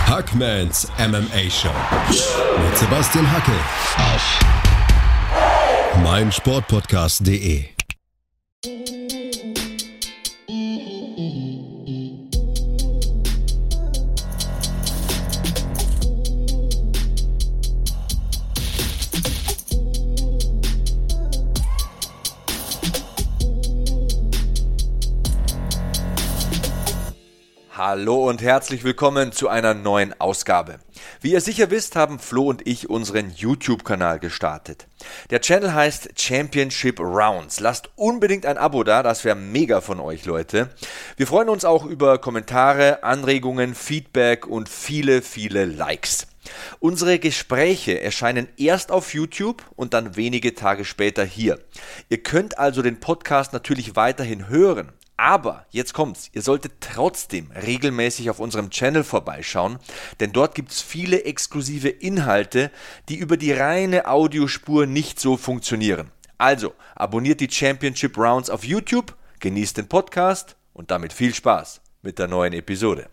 Hackmans MMA Show mit Sebastian Hackel auf meinsportpodcast.de. Hallo und herzlich willkommen zu einer neuen Ausgabe. Wie ihr sicher wisst, haben Flo und ich unseren YouTube-Kanal gestartet. Der Channel heißt Championship Rounds. Lasst unbedingt ein Abo da, das wäre mega von euch, Leute. Wir freuen uns auch über Kommentare, Anregungen, Feedback und viele Likes. Unsere Gespräche erscheinen erst auf YouTube und dann wenige Tage später hier. Ihr könnt also den Podcast natürlich weiterhin hören. Aber, jetzt kommt's, ihr solltet trotzdem regelmäßig auf unserem Channel vorbeischauen, denn dort gibt's viele exklusive Inhalte, die über die reine Audiospur nicht so funktionieren. Also, abonniert die Championship Rounds auf YouTube, genießt den Podcast und damit viel Spaß mit der neuen Episode.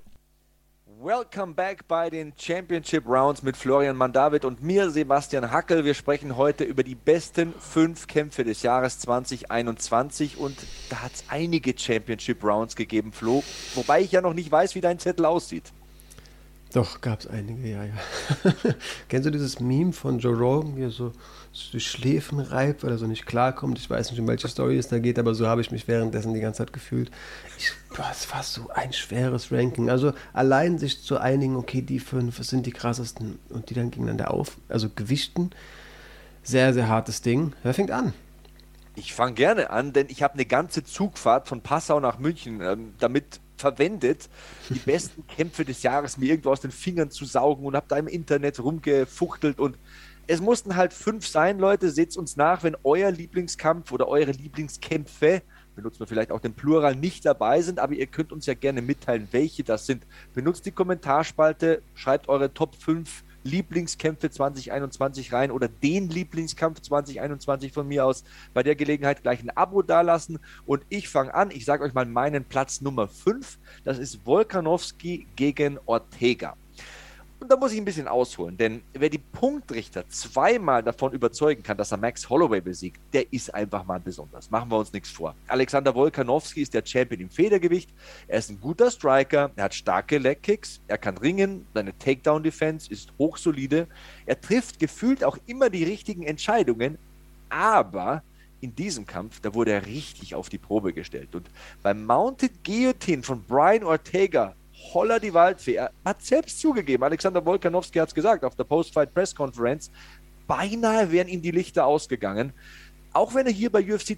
Welcome back bei den Championship Rounds mit Florian Mandavid und mir, Sebastian Hackel. Wir sprechen heute über die besten 5 Kämpfe des Jahres 2021 und da hat es einige Championship Rounds gegeben, Flo. Wobei ich ja noch nicht weiß, wie dein Zettel aussieht. Doch, gab es einige, ja. Kennst du dieses Meme von Joe Rogan, wie er so die Schläfen reibt, weil er so nicht klarkommt? Ich weiß nicht, um welche Story es da geht, aber so habe ich mich währenddessen die ganze Zeit gefühlt. Es war so ein schweres Ranking. Also allein sich zu einigen, okay, die 5 sind die krassesten und die dann gegeneinander also gewichten. Sehr, sehr hartes Ding. Wer fängt an? Ich fange gerne an, denn ich habe eine ganze Zugfahrt von Passau nach München damit verwendet, die besten Kämpfe des Jahres mir irgendwo aus den Fingern zu saugen und habe da im Internet rumgefuchtelt und es mussten halt 5 sein, Leute, seht's uns nach, wenn euer Lieblingskampf oder eure Lieblingskämpfe, benutzt man vielleicht auch den Plural, nicht dabei sind, aber ihr könnt uns ja gerne mitteilen, welche das sind. Benutzt die Kommentarspalte, schreibt eure Top 5 Lieblingskämpfe 2021 rein oder den Lieblingskampf 2021 von mir aus. Bei der Gelegenheit gleich ein Abo dalassen und ich fange an. Ich sage euch mal meinen Platz Nummer 5. Das ist Volkanovski gegen Ortega. Und da muss ich ein bisschen ausholen, denn wer die Punktrichter zweimal davon überzeugen kann, dass er Max Holloway besiegt, der ist einfach mal besonders. Machen wir uns nichts vor. Alexander Volkanovski ist der Champion im Federgewicht. Er ist ein guter Striker, er hat starke Legkicks, er kann ringen, seine Takedown-Defense ist hochsolide. Er trifft gefühlt auch immer die richtigen Entscheidungen, aber in diesem Kampf, da wurde er richtig auf die Probe gestellt. Und beim Mounted Guillotine von Brian Ortega, Holla die Waldfee, er hat selbst zugegeben, Alexander Volkanovski hat es gesagt auf der Post-Fight-Press-Conference, beinahe wären ihm die Lichter ausgegangen, auch wenn er hier bei UFC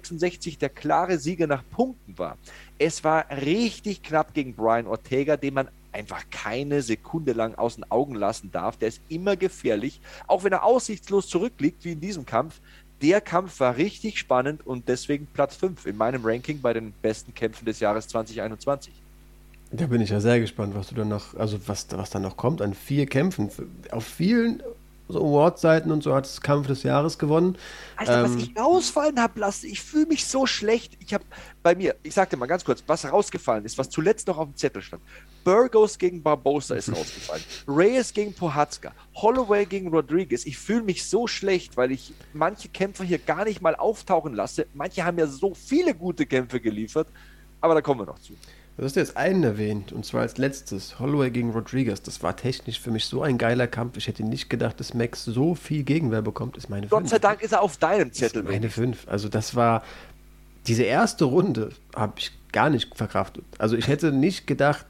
266 der klare Sieger nach Punkten war. Es war richtig knapp gegen Brian Ortega, den man einfach keine Sekunde lang aus den Augen lassen darf. Der ist immer gefährlich, auch wenn er aussichtslos zurückliegt, wie in diesem Kampf. Der Kampf war richtig spannend und deswegen Platz 5 in meinem Ranking bei den besten Kämpfen des Jahres 2021. Da bin ich ja sehr gespannt, was du dann noch, also was da noch kommt an 4 Kämpfen. Auf vielen so Award-Seiten und so hat es Kampf des Jahres gewonnen. Alter, was ich rausfallen habe lassen, ich fühle mich so schlecht. Ich habe bei mir, ich sag dir mal ganz kurz, was rausgefallen ist, was zuletzt noch auf dem Zettel stand. Burgos gegen Barbosa ist rausgefallen. Reyes gegen Prochazka. Holloway gegen Rodriguez. Ich fühle mich so schlecht, weil ich manche Kämpfer hier gar nicht mal auftauchen lasse. Manche haben ja so viele gute Kämpfe geliefert, aber da kommen wir noch zu. Du hast jetzt einen erwähnt, und zwar als letztes, Holloway gegen Rodriguez. Das war technisch für mich so ein geiler Kampf. Ich hätte nicht gedacht, dass Max so viel Gegenwehr bekommt. Ist meine 5. Gott sei Dank ist er auf deinem Zettel. Ist meine 5. Also das war, diese erste Runde habe ich gar nicht verkraftet. Also ich hätte nicht gedacht,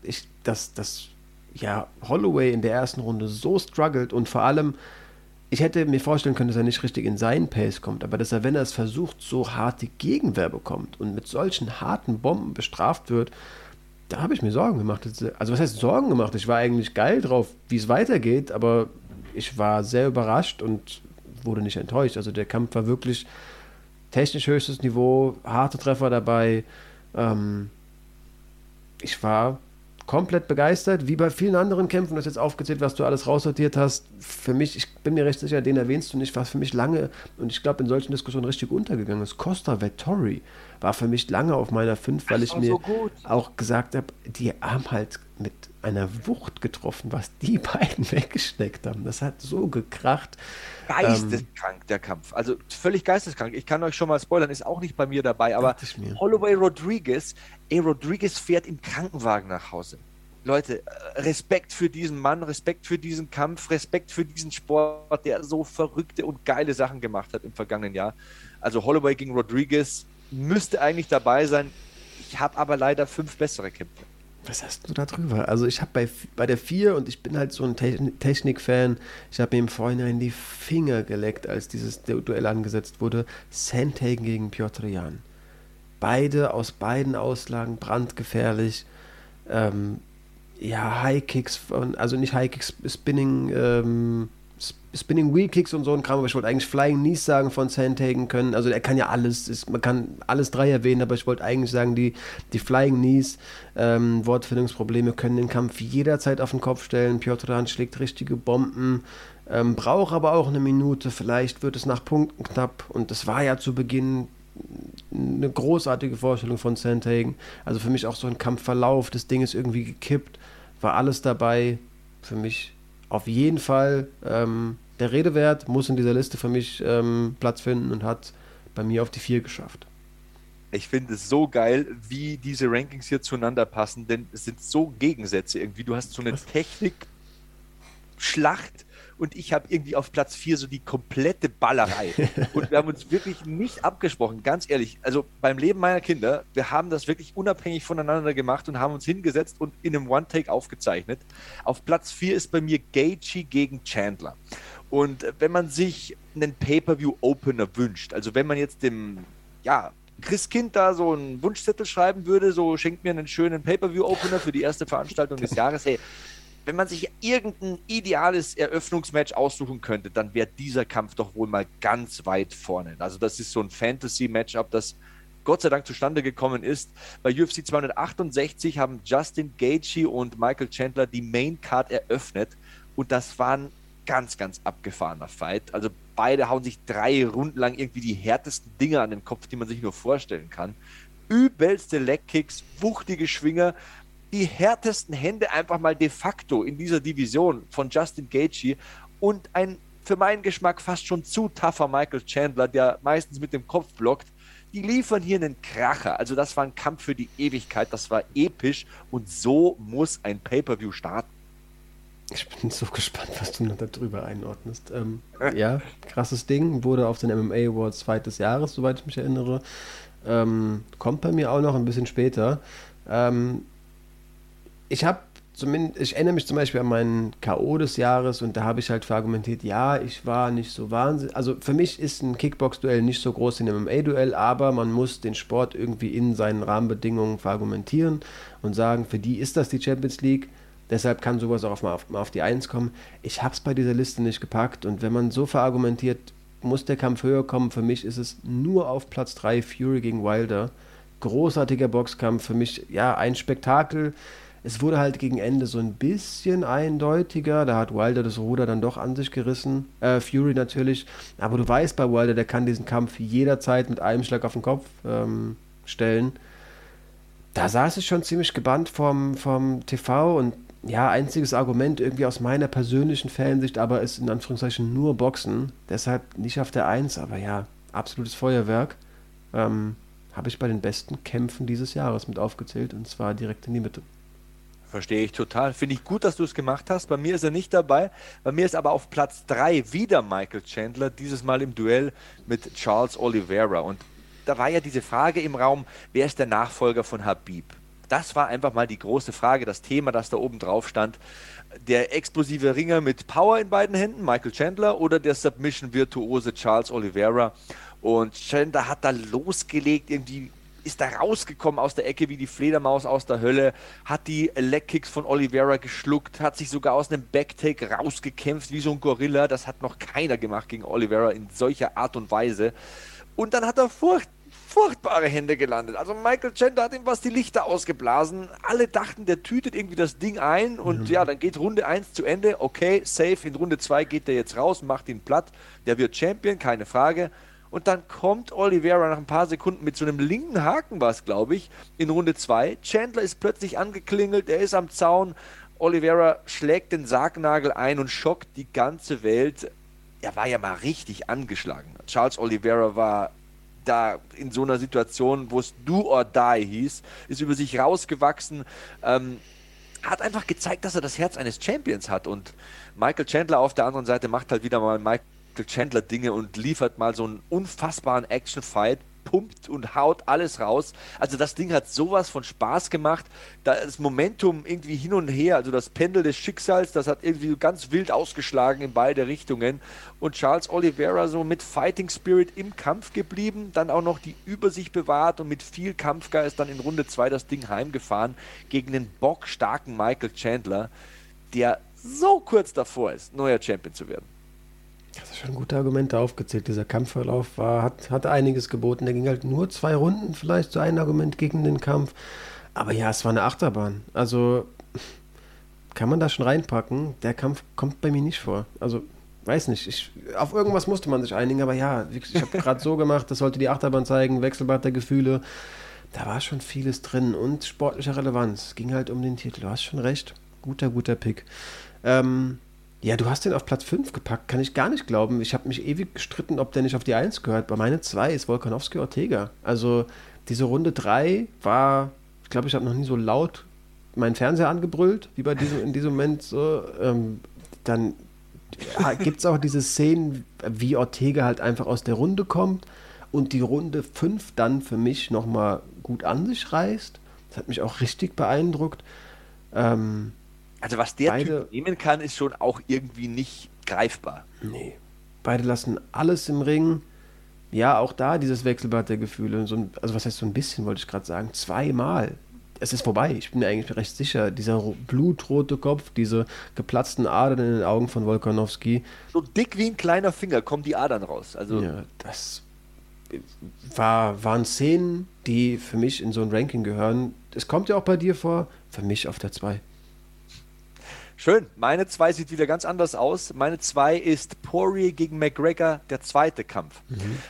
dass Holloway in der ersten Runde so struggelt und vor allem, ich hätte mir vorstellen können, dass er nicht richtig in seinen Pace kommt, aber dass er, wenn er es versucht, so harte Gegenwehr bekommt und mit solchen harten Bomben bestraft wird, da habe ich mir Sorgen gemacht. Also was heißt Sorgen gemacht? Ich war eigentlich geil drauf, wie es weitergeht, aber ich war sehr überrascht und wurde nicht enttäuscht. Also der Kampf war wirklich technisch höchstes Niveau, harte Treffer dabei. Ich war komplett begeistert, wie bei vielen anderen Kämpfen. Du hast jetzt aufgezählt, was du alles raussortiert hast. Für mich, ich bin mir recht sicher, den erwähnst du nicht, was für mich lange, und ich glaube in solchen Diskussionen richtig untergegangen ist. Costa Vettori war für mich lange auf meiner 5, weil ich mir auch gesagt habe, die haben halt mit einer Wucht getroffen, was die beiden weggesteckt haben. Das hat so gekracht. Geisteskrank, der Kampf. Also völlig geisteskrank. Ich kann euch schon mal spoilern, ist auch nicht bei mir dabei, aber Holloway Rodriguez fährt im Krankenwagen nach Hause. Leute, Respekt für diesen Mann, Respekt für diesen Kampf, Respekt für diesen Sport, der so verrückte und geile Sachen gemacht hat im vergangenen Jahr. Also Holloway gegen Rodriguez müsste eigentlich dabei sein. Ich habe aber leider 5 bessere Kämpfe. Was hast du da drüber? Also ich habe bei der 4, und ich bin halt so ein Technik-Fan, ich habe mir im Vorhinein die Finger geleckt, als dieses Duell angesetzt wurde. Sandhagen gegen Petr Yan. Beide aus beiden Auslagen brandgefährlich. High-Kicks, also nicht High-Kicks, Spinning Wheel-Kicks und so ein Kram, aber ich wollte eigentlich Flying Knees sagen von Sandhagen können. Also er kann ja alles, man kann alles 3 erwähnen, aber ich wollte eigentlich sagen, die Flying Knees, Wortfindungsprobleme können den Kampf jederzeit auf den Kopf stellen. Petr Yan schlägt richtige Bomben, braucht aber auch eine Minute, vielleicht wird es nach Punkten knapp, und das war ja zu Beginn eine großartige Vorstellung von Sandhagen. Also für mich auch so ein Kampfverlauf, das Ding ist irgendwie gekippt, war alles dabei. Für mich auf jeden Fall der Rede wert, muss in dieser Liste für mich Platz finden und hat bei mir auf die 4 geschafft. Ich finde es so geil, wie diese Rankings hier zueinander passen, denn es sind so Gegensätze irgendwie. Du hast so eine Technik-Schlacht und ich habe irgendwie auf Platz 4 so die komplette Ballerei. Und wir haben uns wirklich nicht abgesprochen, ganz ehrlich. Also beim Leben meiner Kinder, wir haben das wirklich unabhängig voneinander gemacht und haben uns hingesetzt und in einem One-Take aufgezeichnet. Auf Platz 4 ist bei mir Gaethje gegen Chandler. Und wenn man sich einen Pay-Per-View-Opener wünscht, also wenn man jetzt dem, Christkind da so einen Wunschzettel schreiben würde, so schenkt mir einen schönen Pay-Per-View-Opener für die erste Veranstaltung des Jahres, hey, wenn man sich irgendein ideales Eröffnungsmatch aussuchen könnte, dann wäre dieser Kampf doch wohl mal ganz weit vorne. Also das ist so ein Fantasy-Matchup, das Gott sei Dank zustande gekommen ist. Bei UFC 268 haben Justin Gaethje und Michael Chandler die Main-Card eröffnet und das war ein ganz, ganz abgefahrener Fight. Also beide hauen sich 3 Runden lang irgendwie die härtesten Dinge an den Kopf, die man sich nur vorstellen kann. Übelste Leg-Kicks, wuchtige Schwinger, die härtesten Hände einfach mal de facto in dieser Division von Justin Gaethje und ein für meinen Geschmack fast schon zu tougher Michael Chandler, der meistens mit dem Kopf blockt. Die liefern hier einen Kracher. Also das war ein Kampf für die Ewigkeit, das war episch und so muss ein Pay-Per-View starten. Ich bin so gespannt, was du noch darüber einordnest. Ja, krasses Ding, wurde auf den MMA Awards Fight des Jahres, soweit ich mich erinnere. Kommt bei mir auch noch ein bisschen später. Ich erinnere mich zum Beispiel an meinen K.O. des Jahres und da habe ich halt verargumentiert, ja, ich war nicht so wahnsinnig, also für mich ist ein Kickbox-Duell nicht so groß wie ein MMA-Duell, aber man muss den Sport irgendwie in seinen Rahmenbedingungen verargumentieren und sagen, für die ist das die Champions League, deshalb kann sowas auch mal auf die 1 kommen. Ich habe es bei dieser Liste nicht gepackt und wenn man so verargumentiert, muss der Kampf höher kommen. Für mich ist es nur auf Platz 3 Fury gegen Wilder. Großartiger Boxkampf, für mich, ja, ein Spektakel. Es wurde halt gegen Ende so ein bisschen eindeutiger, da hat Wilder das Ruder dann doch an sich gerissen, Fury natürlich, aber du weißt bei Wilder, der kann diesen Kampf jederzeit mit einem Schlag auf den Kopf stellen. Da saß ich schon ziemlich gebannt vom TV und ja, einziges Argument irgendwie aus meiner persönlichen Fansicht, aber ist in Anführungszeichen nur Boxen, deshalb nicht auf der 1, aber ja, absolutes Feuerwerk. Habe ich bei den besten Kämpfen dieses Jahres mit aufgezählt und zwar direkt in die Mitte. Verstehe ich total. Finde ich gut, dass du es gemacht hast. Bei mir ist er nicht dabei. Bei mir ist aber auf Platz 3 wieder Michael Chandler, dieses Mal im Duell mit Charles Oliveira. Und da war ja diese Frage im Raum, wer ist der Nachfolger von Khabib? Das war einfach mal die große Frage, das Thema, das da oben drauf stand. Der explosive Ringer mit Power in beiden Händen, Michael Chandler, oder der Submission-Virtuose Charles Oliveira? Und Chandler hat da losgelegt, irgendwie ist da rausgekommen aus der Ecke wie die Fledermaus aus der Hölle, hat die Leg-Kicks von Oliveira geschluckt, hat sich sogar aus einem Backtake rausgekämpft wie so ein Gorilla. Das hat noch keiner gemacht gegen Oliveira in solcher Art und Weise. Und dann hat er furchtbare Hände gelandet. Also Michael Chandler hat ihm was die Lichter ausgeblasen. Alle dachten, der tütet irgendwie das Ding ein und ja, dann geht Runde 1 zu Ende. Okay, safe. In Runde 2 geht der jetzt raus, macht ihn platt. Der wird Champion, keine Frage. Und dann kommt Oliveira nach ein paar Sekunden mit so einem linken Haken, was glaube ich, in Runde 2. Chandler ist plötzlich angeklingelt, er ist am Zaun Oliveira schlägt den Sargnagel ein und schockt die ganze Welt. Er war ja mal richtig angeschlagen. Charles Oliveira war da in so einer Situation, wo es do or die hieß, ist über sich rausgewachsen, hat einfach gezeigt, dass er das Herz eines Champions hat. Und Michael Chandler auf der anderen Seite macht halt wieder mal Michael Chandler Dinge und liefert mal so einen unfassbaren Action-Fight, pumpt und haut alles raus. Also das Ding hat sowas von Spaß gemacht. Das Momentum irgendwie hin und her, also das Pendel des Schicksals, das hat irgendwie ganz wild ausgeschlagen in beide Richtungen. Und Charles Oliveira so mit Fighting Spirit im Kampf geblieben, dann auch noch die Übersicht bewahrt und mit viel Kampfgeist dann in Runde 2 das Ding heimgefahren gegen den bockstarken Michael Chandler, der so kurz davor ist, neuer Champion zu werden. Das ist schon gute Argumente aufgezählt. Dieser Kampfverlauf hat einiges geboten. Der ging halt nur 2 Runden, vielleicht so ein Argument gegen den Kampf. Aber ja, es war eine Achterbahn. Also kann man da schon reinpacken. Der Kampf kommt bei mir nicht vor. Also weiß nicht. Auf irgendwas musste man sich einigen. Aber ja, ich habe gerade so gemacht, das sollte die Achterbahn zeigen, Wechselbad der Gefühle. Da war schon vieles drin und sportliche Relevanz. Es ging halt um den Titel. Du hast schon recht. Guter Pick. Ja, du hast den auf Platz 5 gepackt, kann ich gar nicht glauben. Ich habe mich ewig gestritten, ob der nicht auf die 1 gehört. Bei meine 2 ist Volkanovski Ortega. Also diese Runde 3 war, ich glaube, ich habe noch nie so laut meinen Fernseher angebrüllt, wie in diesem Moment so. Dann gibt es auch diese Szenen, wie Ortega halt einfach aus der Runde kommt und die Runde 5 dann für mich nochmal gut an sich reißt. Das hat mich auch richtig beeindruckt. Also was der Typ nehmen kann, ist schon auch irgendwie nicht greifbar. Nee. Beide lassen alles im Ring. Ja, auch da dieses Wechselbad der Gefühle. Also was heißt so ein bisschen, wollte ich gerade sagen. 2-mal. Es ist vorbei. Ich bin mir eigentlich recht sicher. Dieser blutrote Kopf, diese geplatzten Adern in den Augen von Volkanovski. So dick wie ein kleiner Finger kommen die Adern raus. Also ja, das waren Szenen, die für mich in so ein Ranking gehören. Es kommt ja auch bei dir vor. Für mich auf der 2. Schön, meine 2 sieht wieder ganz anders aus. Meine 2 ist Poirier gegen McGregor, der zweite Kampf.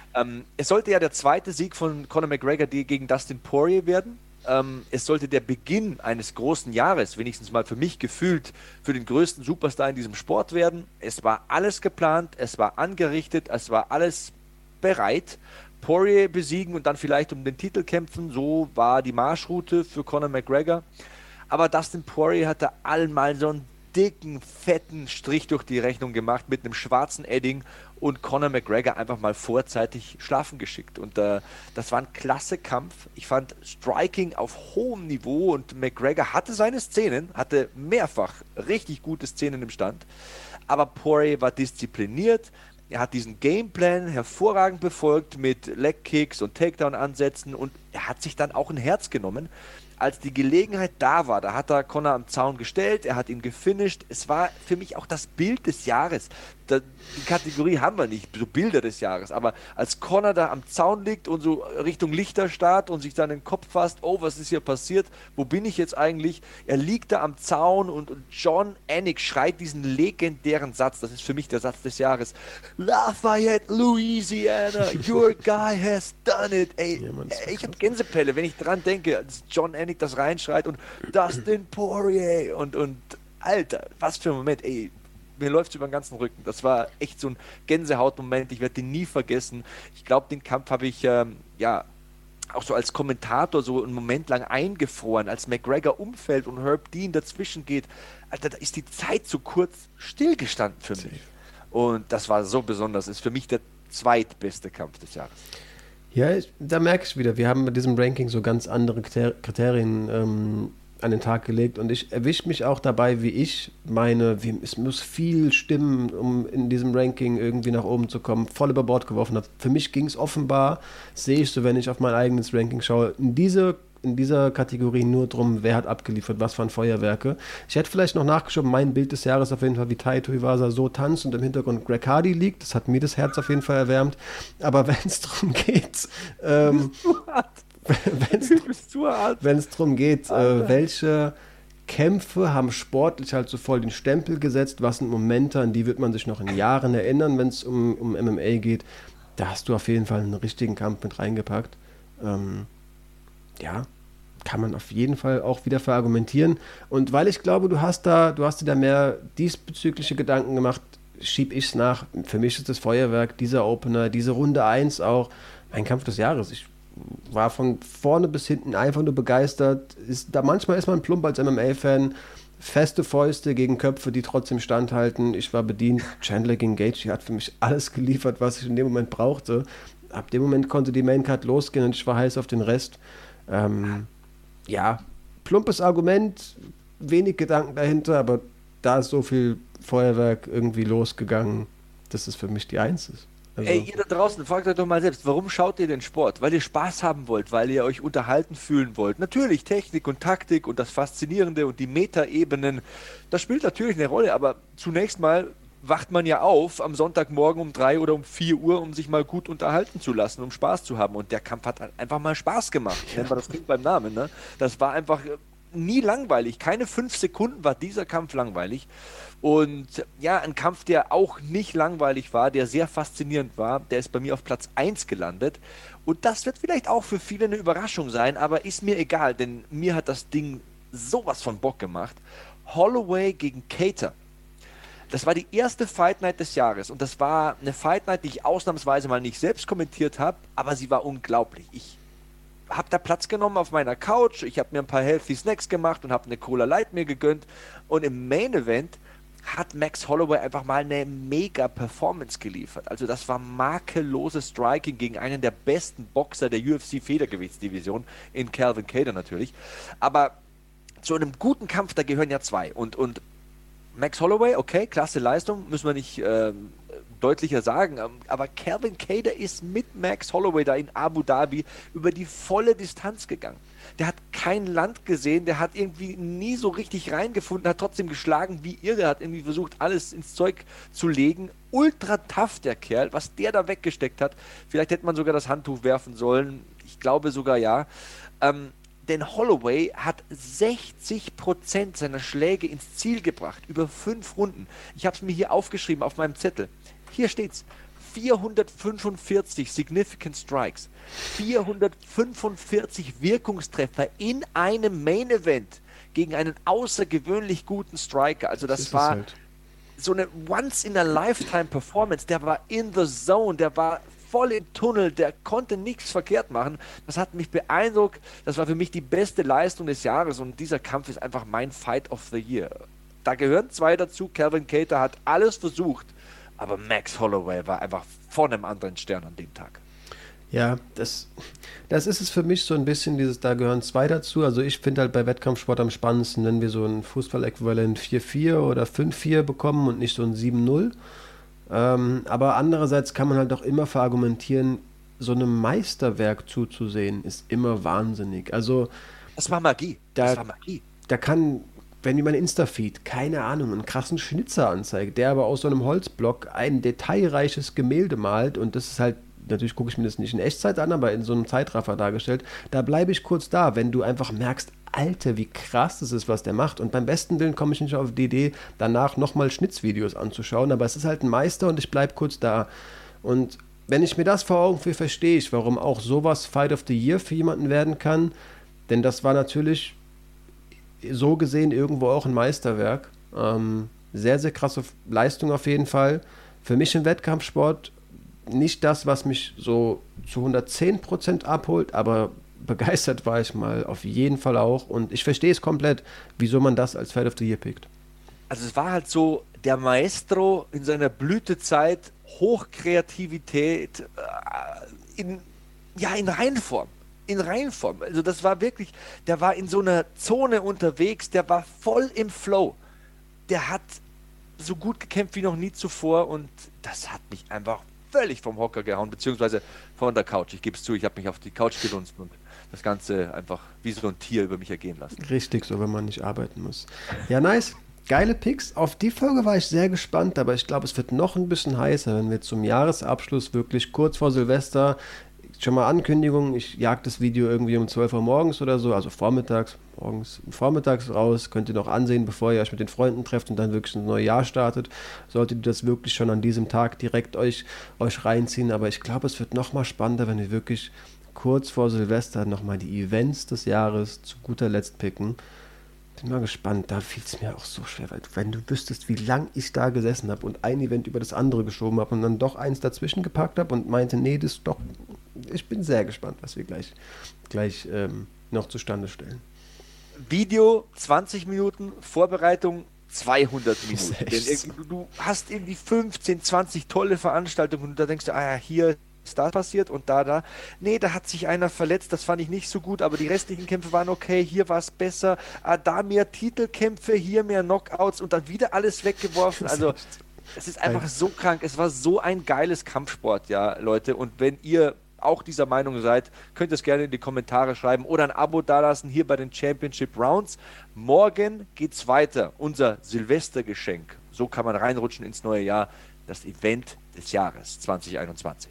Es sollte ja der zweite Sieg von Conor McGregor gegen Dustin Poirier werden. Es sollte der Beginn eines großen Jahres, wenigstens mal für mich gefühlt, für den größten Superstar in diesem Sport werden. Es war alles geplant, es war angerichtet, es war alles bereit. Poirier besiegen und dann vielleicht um den Titel kämpfen, so war die Marschroute für Conor McGregor. Aber Dustin Poirier hatte allen mal so einen dicken, fetten Strich durch die Rechnung gemacht mit einem schwarzen Edding und Conor McGregor einfach mal vorzeitig schlafen geschickt. Und das war ein klasse Kampf. Ich fand Striking auf hohem Niveau und McGregor hatte seine Szenen, hatte mehrfach richtig gute Szenen im Stand. Aber Poirier war diszipliniert. Er hat diesen Gameplan hervorragend befolgt mit Legkicks und Takedown-Ansätzen und er hat sich dann auch ein Herz genommen. Als die Gelegenheit da war, da hat er Conor am Zaun gestellt, er hat ihn gefinisht. Es war für mich auch das Bild des Jahres. Die Kategorie haben wir nicht, so Bilder des Jahres. Aber als Conor da am Zaun liegt und so Richtung Lichter starrt und sich dann den Kopf fasst, oh, was ist hier passiert? Wo bin ich jetzt eigentlich? Er liegt da am Zaun und John Anik schreit diesen legendären Satz. Das ist für mich der Satz des Jahres. Lafayette, Louisiana, your guy has done it. Ey, ja, ich habe Gänsepelle, wenn ich dran denke, als John Anik das reinschreit und Dustin Poirier und Alter, was für ein Moment, ey. Mir läuft es über den ganzen Rücken. Das war echt so ein Gänsehautmoment. Ich werde den nie vergessen. Ich glaube, den Kampf habe ich auch so als Kommentator so einen Moment lang eingefroren, als McGregor umfällt und Herb Dean dazwischen geht. Alter, da ist die Zeit so kurz stillgestanden für mich. Und das war so besonders. Ist für mich der zweitbeste Kampf des Jahres. Ja, da merke ich wieder, wir haben mit diesem Ranking so ganz andere Kriterien an den Tag gelegt und ich erwische mich auch dabei, wie ich meine, es muss viel stimmen, um in diesem Ranking irgendwie nach oben zu kommen, voll über Bord geworfen habe. Für mich ging es offenbar, sehe ich so, wenn ich auf mein eigenes Ranking schaue, in dieser Kategorie nur drum, wer hat abgeliefert, was waren Feuerwerke. Ich hätte vielleicht noch nachgeschoben, mein Bild des Jahres auf jeden Fall, wie Taito Iwasa so tanzt und im Hintergrund Greg Hardy liegt. Das hat mir das Herz auf jeden Fall erwärmt. Aber wenn es darum geht, wenn es darum geht, welche Kämpfe haben sportlich halt so voll den Stempel gesetzt, was sind Momente, an die wird man sich noch in Jahren erinnern, wenn es um MMA geht, da hast du auf jeden Fall einen richtigen Kampf mit reingepackt. Ja, kann man auf jeden Fall auch wieder verargumentieren. Und weil ich glaube, du hast dir da mehr diesbezügliche Gedanken gemacht, schieb ich es nach. Für mich ist das Feuerwerk, dieser Opener, diese Runde 1 auch mein Kampf des Jahres. Ich war von vorne bis hinten einfach nur begeistert. Manchmal ist man plump als MMA-Fan. Feste Fäuste gegen Köpfe, die trotzdem standhalten. Ich war bedient. Chandler gegen Gaethje hat für mich alles geliefert, was ich in dem Moment brauchte. Ab dem Moment konnte die Maincard losgehen und ich war heiß auf den Rest. Ja, plumpes Argument, wenig Gedanken dahinter, aber da ist so viel Feuerwerk irgendwie losgegangen, dass es für mich die Eins ist. Also, Ey, ihr da draußen, fragt euch doch mal selbst, warum schaut ihr den Sport? Weil ihr Spaß haben wollt, weil ihr euch unterhalten fühlen wollt. Natürlich Technik und Taktik und das Faszinierende und die Metaebenen, das spielt natürlich eine Rolle, aber zunächst mal wacht man ja auf am Sonntagmorgen um 3 oder um 4 Uhr, um sich mal gut unterhalten zu lassen, um Spaß zu haben. Und der Kampf hat einfach mal Spaß gemacht. Nennen wir das Kind beim Namen, ne? Das war einfach nie langweilig. Keine 5 Sekunden war dieser Kampf langweilig. Und ja, ein Kampf, der auch nicht langweilig war, der sehr faszinierend war, der ist bei mir auf Platz 1 gelandet. Und das wird vielleicht auch für viele eine Überraschung sein, aber ist mir egal, denn mir hat das Ding sowas von Bock gemacht. Holloway gegen Kattar. Das war die erste Fight Night des Jahres und das war eine Fight Night, die ich ausnahmsweise mal nicht selbst kommentiert habe, aber sie war unglaublich. Ich habe da Platz genommen auf meiner Couch, ich habe mir ein paar Healthy Snacks gemacht und habe eine Cola Light mir gegönnt und im Main Event hat Max Holloway einfach mal eine mega Performance geliefert. Also das war makelloses Striking gegen einen der besten Boxer der UFC-Federgewichtsdivision, in Calvin Kattar natürlich. Aber zu einem guten Kampf, da gehören ja zwei. Und Max Holloway, okay, klasse Leistung, müssen wir nicht deutlicher sagen, aber Calvin Kattar ist mit Max Holloway da in Abu Dhabi über die volle Distanz gegangen. Der hat kein Land gesehen, der hat irgendwie nie so richtig reingefunden, hat trotzdem geschlagen wie irre, hat irgendwie versucht, alles ins Zeug zu legen. Ultra tough, der Kerl, was der da weggesteckt hat. Vielleicht hätte man sogar das Handtuch werfen sollen, ich glaube sogar ja. Denn Holloway hat 60% seiner Schläge ins Ziel gebracht, über 5 Runden. Ich habe es mir hier aufgeschrieben auf meinem Zettel. Hier steht's. 445 Significant Strikes, 445 Wirkungstreffer in einem Main Event gegen einen außergewöhnlich guten Striker. Also das war halt so eine Once-in-a-Lifetime-Performance. Der war in the zone, der war voll im Tunnel, der konnte nichts verkehrt machen. Das hat mich beeindruckt. Das war für mich die beste Leistung des Jahres und dieser Kampf ist einfach mein Fight of the Year. Da gehören 2 dazu. Calvin Kattar hat alles versucht, aber Max Holloway war einfach von einem anderen Stern an dem Tag. Ja, das ist es für mich so ein bisschen, da gehören 2 dazu. Also ich finde halt bei Wettkampfsport am spannendsten, wenn wir so ein Fußball-Äquivalent 4-4 oder 5-4 bekommen und nicht so ein 7-0. Aber andererseits kann man halt auch immer verargumentieren, so einem Meisterwerk zuzusehen, ist immer wahnsinnig. Also das war Magie. Da kann, wenn mir mein Insta-Feed, keine Ahnung, einen krassen Schnitzer anzeigt, der aber aus so einem Holzblock ein detailreiches Gemälde malt und das ist halt, natürlich gucke ich mir das nicht in Echtzeit an, aber in so einem Zeitraffer dargestellt, da bleibe ich kurz da, wenn du einfach merkst, Alter, wie krass das ist, was der macht. Und beim besten Willen komme ich nicht auf die Idee, danach nochmal Schnitzvideos anzuschauen, aber es ist halt ein Meister und ich bleibe kurz da. Und wenn ich mir das vor Augen führe, verstehe ich, warum auch sowas Fight of the Year für jemanden werden kann, denn das war natürlich so gesehen irgendwo auch ein Meisterwerk. Sehr, sehr krasse Leistung auf jeden Fall. Für mich im Wettkampfsport nicht das, was mich so zu 110% abholt, aber begeistert war ich mal auf jeden Fall auch und ich verstehe es komplett, wieso man das als Fight of the Year pickt. Also es war halt so der Maestro in seiner Blütezeit, Hochkreativität in Reinform. In Reinform. Also das war wirklich, der war in so einer Zone unterwegs, der war voll im Flow. Der hat so gut gekämpft wie noch nie zuvor und das hat mich einfach völlig vom Hocker gehauen, beziehungsweise von der Couch. Ich gebe es zu, ich habe mich auf die Couch gelunzt und das Ganze einfach wie so ein Tier über mich ergehen lassen. Richtig, so wenn man nicht arbeiten muss. Ja, nice. Geile Picks. Auf die Folge war ich sehr gespannt, aber ich glaube, es wird noch ein bisschen heißer, wenn wir zum Jahresabschluss wirklich kurz vor Silvester, schon mal Ankündigung, ich jag das Video irgendwie um 12 Uhr morgens oder so, also vormittags raus, könnt ihr noch ansehen, bevor ihr euch mit den Freunden trefft und dann wirklich ein neues Jahr startet, solltet ihr das wirklich schon an diesem Tag direkt euch reinziehen, aber ich glaube, es wird noch mal spannender, wenn wir wirklich kurz vor Silvester nochmal die Events des Jahres zu guter Letzt picken. Bin mal gespannt, da fiel es mir auch so schwer, weil wenn du wüsstest, wie lang ich da gesessen habe und ein Event über das andere geschoben habe und dann doch eins dazwischen gepackt habe und meinte, nee, das doch, ich bin sehr gespannt, was wir gleich noch zustande stellen. Video 20 Minuten, Vorbereitung 200 Minuten. Denn du hast irgendwie 15, 20 tolle Veranstaltungen und da denkst du, hier ist das passiert und da. Nee, da hat sich einer verletzt, das fand ich nicht so gut, aber die restlichen Kämpfe waren okay, hier war es besser. Da mehr Titelkämpfe, hier mehr Knockouts und dann wieder alles weggeworfen. Also es ist einfach so krank. Es war so ein geiles Kampfsport, ja, Leute. Und wenn ihr auch dieser Meinung seid, könnt ihr es gerne in die Kommentare schreiben oder ein Abo dalassen hier bei den Championship Rounds. Morgen geht's weiter. Unser Silvestergeschenk. So kann man reinrutschen ins neue Jahr. Das Event des Jahres 2021.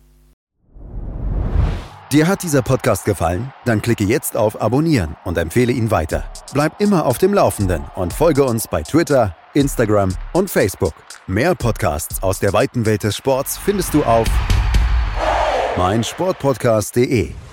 Dir hat dieser Podcast gefallen? Dann klicke jetzt auf Abonnieren und empfehle ihn weiter. Bleib immer auf dem Laufenden und folge uns bei Twitter, Instagram und Facebook. Mehr Podcasts aus der weiten Welt des Sports findest du auf meinsportpodcast.de.